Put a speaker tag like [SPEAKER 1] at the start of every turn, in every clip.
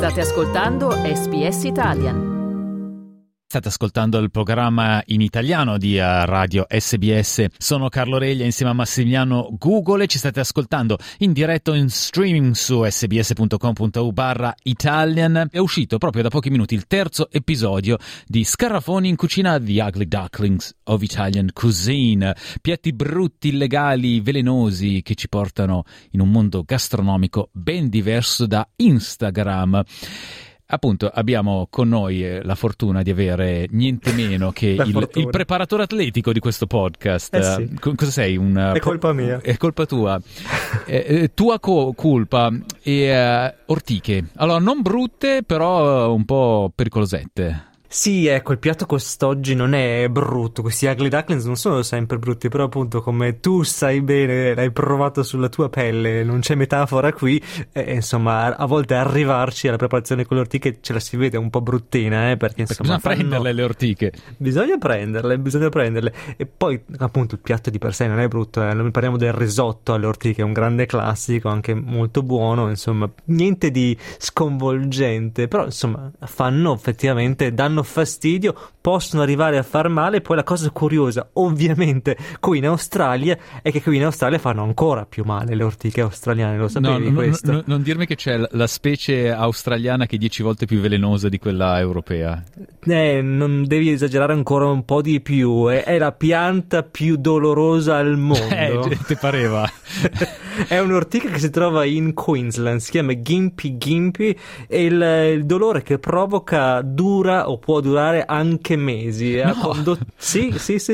[SPEAKER 1] State ascoltando SBS Italian.
[SPEAKER 2] State ascoltando il programma in italiano di Radio SBS. Sono Carlo Reglia insieme a Massimiliano Gugole e ci state ascoltando in diretto in streaming su sbs.com.au/Italian. È uscito proprio da pochi minuti il terzo episodio di Scarafoni in cucina, The Ugly Ducklings of Italian Cuisine. Piatti brutti, illegali, velenosi che ci portano in un mondo gastronomico ben diverso da Instagram. Appunto, abbiamo con noi la fortuna di avere niente meno che il preparatore atletico di questo podcast.
[SPEAKER 3] Sì.
[SPEAKER 2] Cosa sei?
[SPEAKER 3] È colpa mia.
[SPEAKER 2] È colpa tua. Tua colpa. Ortiche. Allora, non brutte, però un po' pericolosette.
[SPEAKER 3] Sì, ecco, il piatto quest'oggi non è brutto, questi ugly ducklings non sono sempre brutti, però appunto come tu sai bene, l'hai provato sulla tua pelle, non c'è metafora qui, insomma, a volte arrivarci alla preparazione con le ortiche ce la si vede un po' bruttina, perché insomma...
[SPEAKER 2] Bisogna prenderle le ortiche.
[SPEAKER 3] Bisogna prenderle, e poi appunto il piatto di per sé non è brutto, noi parliamo del risotto alle ortiche, è un grande classico, anche molto buono, insomma, niente di sconvolgente, però insomma, danno fastidio, possono arrivare a far male. Poi la cosa curiosa ovviamente qui in Australia è che qui in Australia fanno ancora più male le ortiche australiane, lo sapevi questo?
[SPEAKER 2] Non dirmi che c'è la specie australiana che è 10 volte più velenosa di quella europea.
[SPEAKER 3] Non devi esagerare ancora un po' di più, è la pianta più dolorosa al mondo.
[SPEAKER 2] Ti pareva?
[SPEAKER 3] È un'ortica che si trova in Queensland, si chiama Gympie e il dolore che provoca dura o può durare anche mesi.
[SPEAKER 2] No.
[SPEAKER 3] Sì,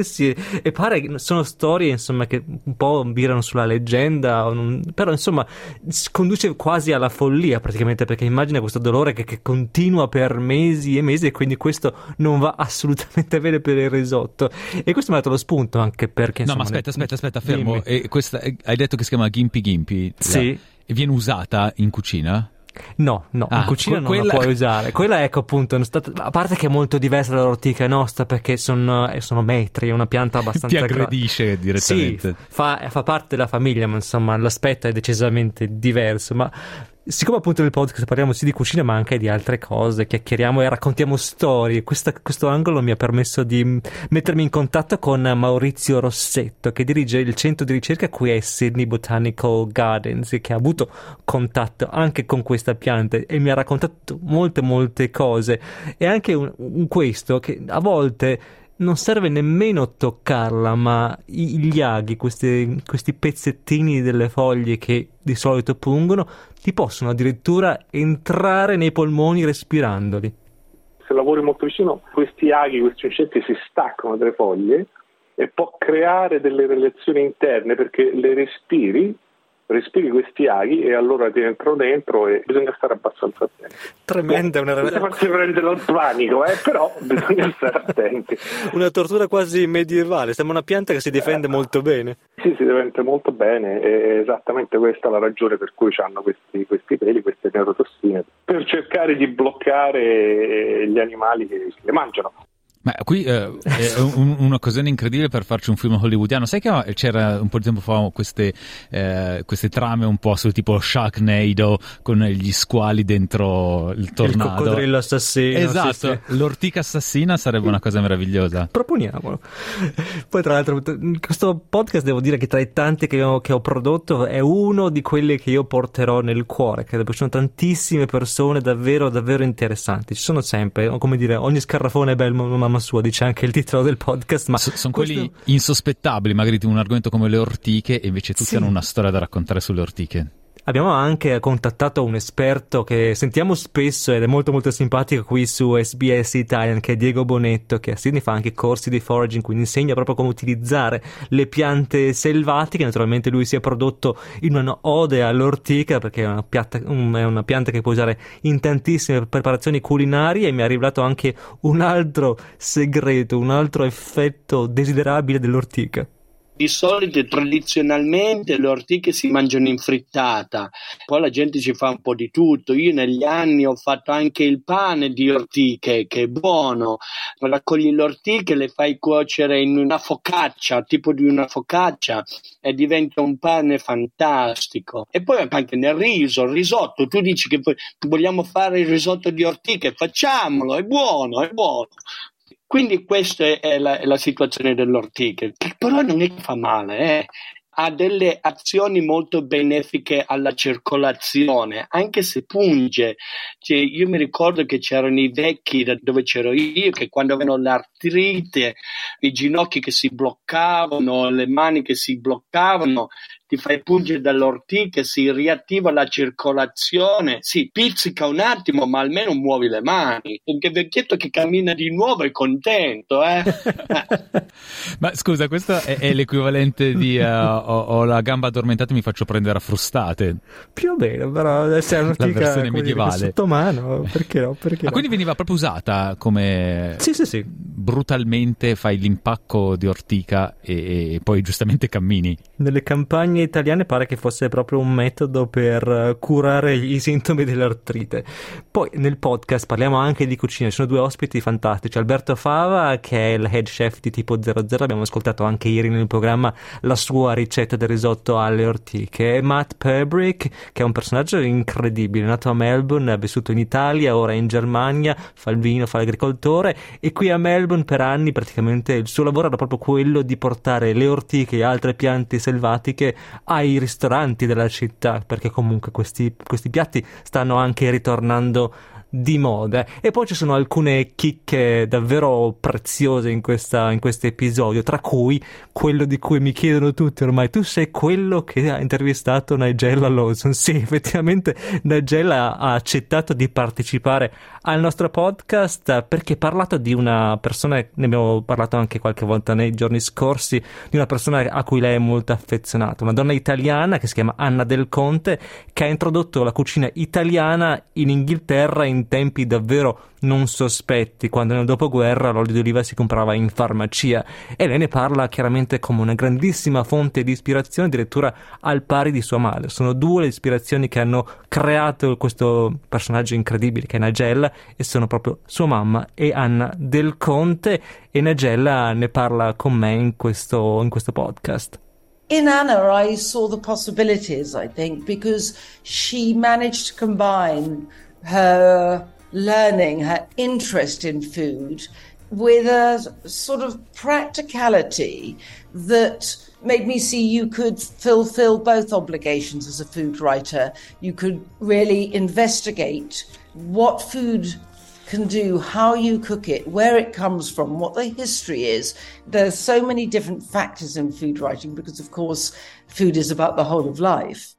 [SPEAKER 3] e pare sono storie insomma che un po' virano sulla leggenda, però insomma conduce quasi alla follia praticamente, perché immagina questo dolore che continua per mesi e mesi, e quindi questo non va assolutamente bene per il risotto. E questo mi ha dato lo spunto anche perché insomma,
[SPEAKER 2] no, ma aspetta, fermo. E questa, hai detto che si chiama Gympie?
[SPEAKER 3] Sì.
[SPEAKER 2] E viene usata in cucina?
[SPEAKER 3] No, in cucina non la puoi usare. Quella, ecco, appunto, a parte che è molto diversa dall'ortica nostra, perché sono metri, è una pianta abbastanza...
[SPEAKER 2] Ti aggredisce direttamente.
[SPEAKER 3] Sì, fa parte della famiglia, ma insomma l'aspetto è decisamente diverso. Ma siccome appunto nel podcast parliamo sì di cucina ma anche di altre cose, chiacchieriamo e raccontiamo storie, questo angolo mi ha permesso di mettermi in contatto con Maurizio Rossetto, che dirige il centro di ricerca qui a Sydney Botanical Gardens e che ha avuto contatto anche con questa pianta e mi ha raccontato molte cose, e anche questo che a volte non serve nemmeno toccarla, ma gli aghi, questi pezzettini delle foglie che di solito pungono, ti possono addirittura entrare nei polmoni respirandoli.
[SPEAKER 4] Se lavori molto vicino, questi aghi, questi insetti si staccano dalle foglie e può creare delle reazioni interne, perché le respiri questi aghi e allora ti entrano dentro e bisogna stare abbastanza attenti.
[SPEAKER 3] Tremenda, una
[SPEAKER 4] farsi prendere il panico, però bisogna stare attenti.
[SPEAKER 3] Una tortura quasi medievale, sembra una pianta che si difende molto bene.
[SPEAKER 4] Sì, si difende molto bene, è esattamente questa la ragione per cui hanno questi peli, queste neurotossine, per cercare di bloccare gli animali che le mangiano.
[SPEAKER 2] Ma qui è un'occasione incredibile per farci un film hollywoodiano. Sai che c'era un po' di tempo fa queste trame un po' sul tipo Sharknado, con gli squali dentro il tornado,
[SPEAKER 3] il coccodrillo assassino.
[SPEAKER 2] Esatto,
[SPEAKER 3] sì.
[SPEAKER 2] L'ortica assassina sarebbe una cosa meravigliosa.
[SPEAKER 3] Proponiamolo. Poi tra l'altro questo podcast, devo dire che tra i tanti che ho prodotto è uno di quelli che io porterò nel cuore, credo, ci sono tantissime persone davvero davvero interessanti, ci sono sempre, come dire, ogni scarrafone è bello mamma sua, dice anche il titolo del podcast, ma
[SPEAKER 2] sono quelli insospettabili, magari di un argomento come le ortiche, e invece tutti hanno una storia da raccontare sulle ortiche.
[SPEAKER 3] Abbiamo anche contattato un esperto che sentiamo spesso ed è molto simpatico qui su SBS Italian, che è Diego Bonetto, che a Sydney fa anche corsi di foraging, quindi insegna proprio come utilizzare le piante selvatiche. Naturalmente lui si è prodotto in una ode all'ortica, perché è una pianta che puoi usare in tantissime preparazioni culinarie, e mi ha rivelato anche un altro segreto, un altro effetto desiderabile dell'ortica.
[SPEAKER 5] Di solito, tradizionalmente, le ortiche si mangiano in frittata, poi la gente ci fa un po' di tutto. Io negli anni ho fatto anche il pane di ortiche, che è buono. Raccogli le ortiche, le fai cuocere in una focaccia, tipo di una focaccia, e diventa un pane fantastico. E poi anche nel riso, il risotto. Tu dici che vogliamo fare il risotto di ortiche, facciamolo, è buono, è buono. Quindi questa è la situazione dell'ortiche, che però non è che fa male, ha delle azioni molto benefiche alla circolazione, anche se punge. Cioè, io mi ricordo che c'erano i vecchi da dove c'ero io, che quando avevano l'artrite, i ginocchi che si bloccavano, le mani che si bloccavano, ti fai pungere dall'ortiche, si riattiva la circolazione, si pizzica un attimo, ma almeno muovi le mani. Perché vecchietto che cammina di nuovo è contento,
[SPEAKER 2] Ma scusa, questo è l'equivalente di ho la gamba addormentata e mi faccio prendere a frustate.
[SPEAKER 3] Più o meno, però se è un'ortica,
[SPEAKER 2] la versione medievale
[SPEAKER 3] sotto mano, perché no?
[SPEAKER 2] Quindi veniva proprio usata come
[SPEAKER 3] sì.
[SPEAKER 2] brutalmente fai l'impacco di ortica e poi giustamente cammini.
[SPEAKER 3] Nelle campagne italiane pare che fosse proprio un metodo per curare i sintomi dell'artrite. Poi nel podcast parliamo anche di cucina, ci sono due ospiti fantastici: Alberto Fava, che è il head chef di Tipo 00, abbiamo ascoltato anche ieri nel programma la sua ricetta del risotto alle ortiche, e Matt Perbrick, che è un personaggio incredibile, nato a Melbourne, ha vissuto in Italia, ora è in Germania, fa il vino, fa l'agricoltore, e qui a Melbourne per anni praticamente il suo lavoro era proprio quello di portare le ortiche e altre piante selvatiche ai ristoranti della città, perché comunque questi piatti stanno anche ritornando di moda. E poi ci sono alcune chicche davvero preziose in questo episodio, tra cui quello di cui mi chiedono tutti ormai: tu sei quello che ha intervistato Nigella Lawson? Sì, effettivamente Nigella ha accettato di partecipare al nostro podcast perché ha parlato di una persona, ne abbiamo parlato anche qualche volta nei giorni scorsi, di una persona a cui lei è molto affezionata, una donna italiana che si chiama Anna Del Conte, che ha introdotto la cucina italiana in Inghilterra in tempi davvero non sospetti, quando nel dopoguerra l'olio di oliva si comprava in farmacia, e lei ne parla chiaramente come una grandissima fonte di ispirazione, addirittura al pari di sua madre. Sono due le ispirazioni che hanno creato questo personaggio incredibile che è Nigella, e sono proprio sua mamma e Anna Del Conte, e Nigella ne parla con me in questo podcast.
[SPEAKER 6] In Anna, I saw the possibilities, I think, because she managed to combine her learning, her interest in food, with a sort of practicality that made me see you could fulfill both obligations as a food writer. You could really investigate what food can do, how you cook it, where it comes from, what the history is. There's so many different factors in food writing because, of course, food is about the whole of life.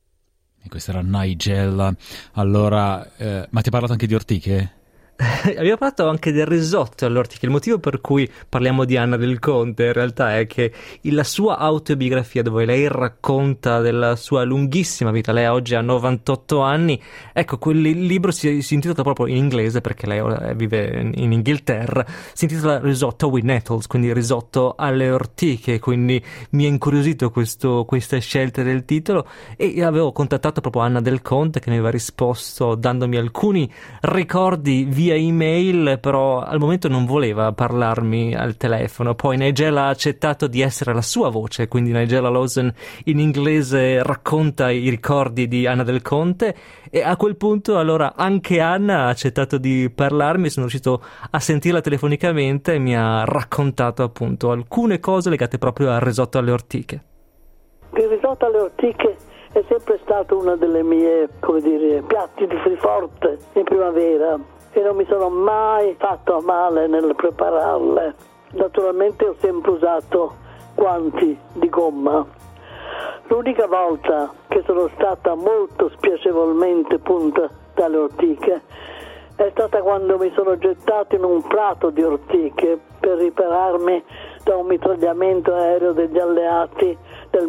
[SPEAKER 2] E questa era Nigella. Allora, ma ti ha parlato anche di ortiche?
[SPEAKER 3] Abbiamo parlato anche del risotto all'ortica. Il motivo per cui parliamo di Anna Del Conte in realtà è che la sua autobiografia, dove lei racconta della sua lunghissima vita, lei oggi ha 98 anni, ecco, quel libro si intitola proprio in inglese, perché lei vive in Inghilterra, si intitola Risotto with Nettles, quindi risotto alle ortiche. Quindi mi ha incuriosito questa scelta del titolo, e avevo contattato proprio Anna Del Conte, che mi aveva risposto dandomi alcuni ricordi via email, però al momento non voleva parlarmi al telefono. Poi Nigella ha accettato di essere la sua voce, quindi Nigella Lawson in inglese racconta i ricordi di Anna Del Conte, e a quel punto allora anche Anna ha accettato di parlarmi. Sono riuscito a sentirla telefonicamente e mi ha raccontato appunto alcune cose legate proprio al risotto alle ortiche.
[SPEAKER 7] Il risotto alle ortiche è sempre stato uno delle mie, piatti di friforte in primavera, e non mi sono mai fatto male nel prepararle. Naturalmente ho sempre usato guanti di gomma. L'unica volta che sono stata molto spiacevolmente punta dalle ortiche è stata quando mi sono gettato in un prato di ortiche per ripararmi da un mitragliamento aereo degli alleati del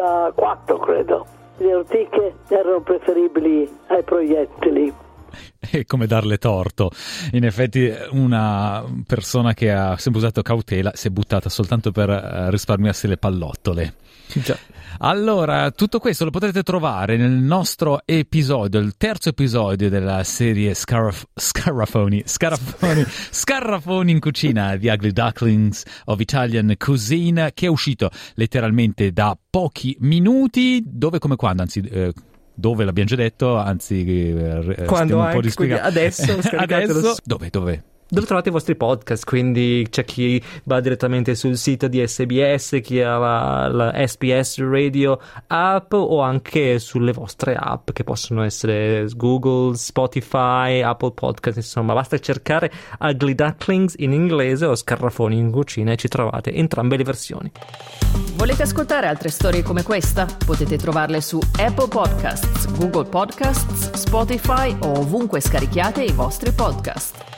[SPEAKER 7] 1944, credo. Le ortiche erano preferibili ai proiettili.
[SPEAKER 2] è come darle torto. In effetti una persona che ha sempre usato cautela si è buttata soltanto per risparmiarsi le pallottole.
[SPEAKER 3] Già.
[SPEAKER 2] Allora, tutto questo lo potrete trovare nel nostro episodio, il terzo episodio della serie Scarafoni in cucina, The Ugly Ducklings of Italian Cuisine, che è uscito letteralmente da pochi minuti, dove come quando, anzi... dove l'abbiamo già detto, anzi
[SPEAKER 3] quando
[SPEAKER 2] un po' di spiegare.
[SPEAKER 3] Adesso dove trovate i vostri podcast, quindi c'è chi va direttamente sul sito di SBS, chi ha la SBS Radio app, o anche sulle vostre app che possono essere Google, Spotify, Apple Podcast, insomma basta cercare Ugly Ducklings in inglese o Scarafoni in cucina e ci trovate entrambe le versioni.
[SPEAKER 1] Volete ascoltare altre storie come questa? Potete trovarle su Apple Podcasts, Google Podcasts, Spotify o ovunque scarichiate i vostri podcast.